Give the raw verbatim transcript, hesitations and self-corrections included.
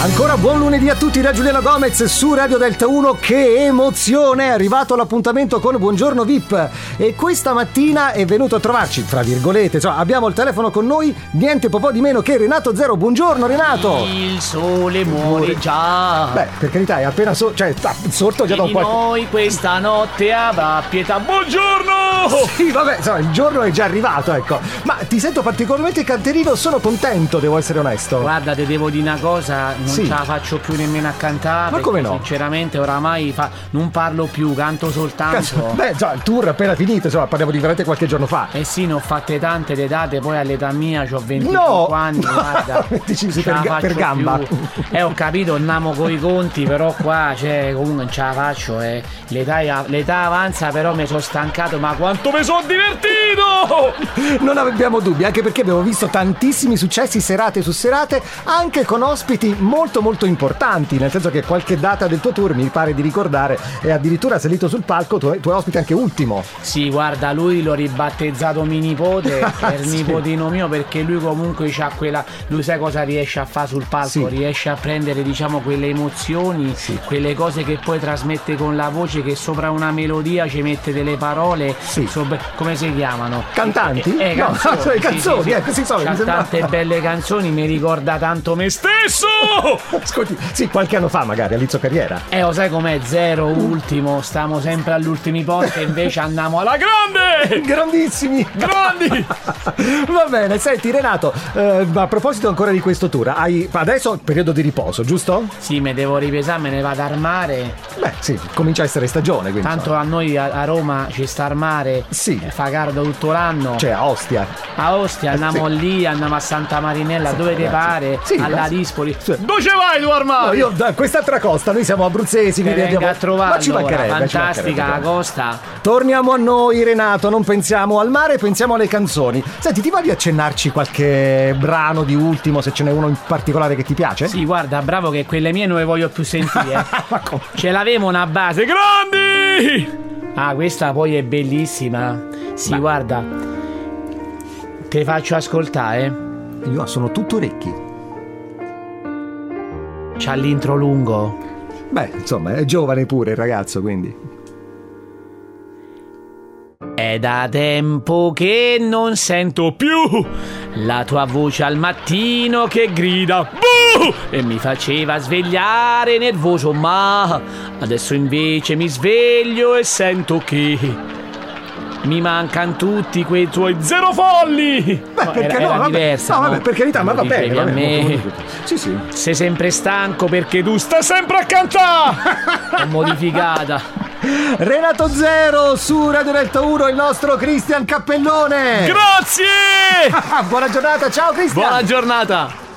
Ancora buon lunedì a tutti da Giuliano Gomez su Radio Delta uno. Che emozione, è arrivato l'appuntamento con Buongiorno V I P e questa mattina è venuto a trovarci, fra virgolette, cioè abbiamo il telefono con noi, niente po' po' di meno che Renato Zero. Buongiorno Renato. Il sole muore già. Beh, per carità, è appena so- cioè sta sorto già da un po'. Noi questa notte avrà pietà. Buongiorno! Sì, vabbè, insomma, il giorno è già arrivato, ecco. Ma ti sento particolarmente canterino, sono contento, devo essere onesto. Guarda, te devo dire una cosa, non Sì. ce la faccio più nemmeno a cantare. Ma come no? Sinceramente oramai fa- non parlo più, canto soltanto. Cazzo, beh, già, il tour è appena finito, insomma, parliamo di veramente qualche giorno fa. Eh sì, ne ho fatte tante le date, poi all'età mia ho venticinque No! anni, guarda. venticinque ce per, la ga- per faccio gamba. più. Eh, ho capito, andiamo coi conti, però qua, cioè, comunque non ce la faccio, eh. L'età, l'età avanza, però mi sono stancato, ma quanto mi sono divertito! Non abbiamo dubbi, anche perché abbiamo visto tantissimi successi serate su serate, anche con ospiti molto molto importanti, nel senso che qualche data del tuo tour, mi pare di ricordare, è addirittura salito sul palco tuo, tuo ospite anche ultimo. Sì, guarda, lui l'ho ribattezzato mio nipote, è il Sì. nipotino mio, perché lui comunque c'ha quella, lui sai cosa riesce a fare sul palco? Sì. Riesce a prendere, diciamo, quelle emozioni, Sì. quelle cose che poi trasmette con la voce, che sopra una melodia ci mette delle parole, Sì. sopra- come si chiamano? Cantanti? Eh, eh, No, canzoni, cioè, sì, canzoni, sì, sì. eh, così sono, C'ha mi sembra- tante belle canzoni, mi ricorda tanto me stesso! Ascolti, sì, qualche anno fa magari, all'inizio carriera. Eh, lo sai com'è? Zero, ultimo, stiamo sempre agli ultimi posti, invece andiamo alla grande! Grandissimi! Grandi! Va bene, senti Renato, eh, a proposito ancora di questo tour, hai adesso periodo di riposo, giusto? Sì, me devo ripesare, me ne vado al mare. Beh, sì, comincia a essere stagione, quindi. Tanto a noi a, a Roma ci sta al mare. Sì. eh, Fa caldo tutto l'anno. Cioè, a Ostia. A Ostia andiamo sì. lì, andiamo a Santa Marinella, Sì, dove ti ragazzi. pare, Sì, alla ragazzi. Dispoli. Sì. Dove ci vai tu al No, mare? io da quest'altra costa, noi siamo abruzzesi, Ti quindi venga andiamo a trovare, Ma ci allora, mancherebbe, ci fantastica la mancherebbe. costa. Torniamo a noi Renato, non pensiamo al mare, pensiamo alle canzoni. Senti, ti va di accennarci qualche brano di ultimo, se ce n'è uno in particolare che ti piace? Sì, guarda, bravo che quelle mie non le voglio più sentire. Ma come? Ce l'avevo una base. Grandi! Ah, questa poi è bellissima. Sì, Beh. guarda. Te faccio ascoltare. Io sono tutto orecchi. C'ha l'intro lungo. Beh, insomma, è giovane pure il ragazzo, quindi. È da tempo che non sento più la tua voce al mattino che grida buh! E mi faceva svegliare nervoso, ma adesso invece mi sveglio e sento che mi mancano tutti quei tuoi zero folli. Beh, No, perché era, no? era Vabbè, diversa, no, vabbè, per carità, ma Lo va bene, dicevi va a bene, me. molto molto. Sì, sì. Sei sempre stanco perché tu stai sempre a cantare. Ho modificata. Renato Zero su Radio Delta uno, il nostro Cristian Cappellone. Grazie. Buona giornata, ciao Cristian. Buona giornata.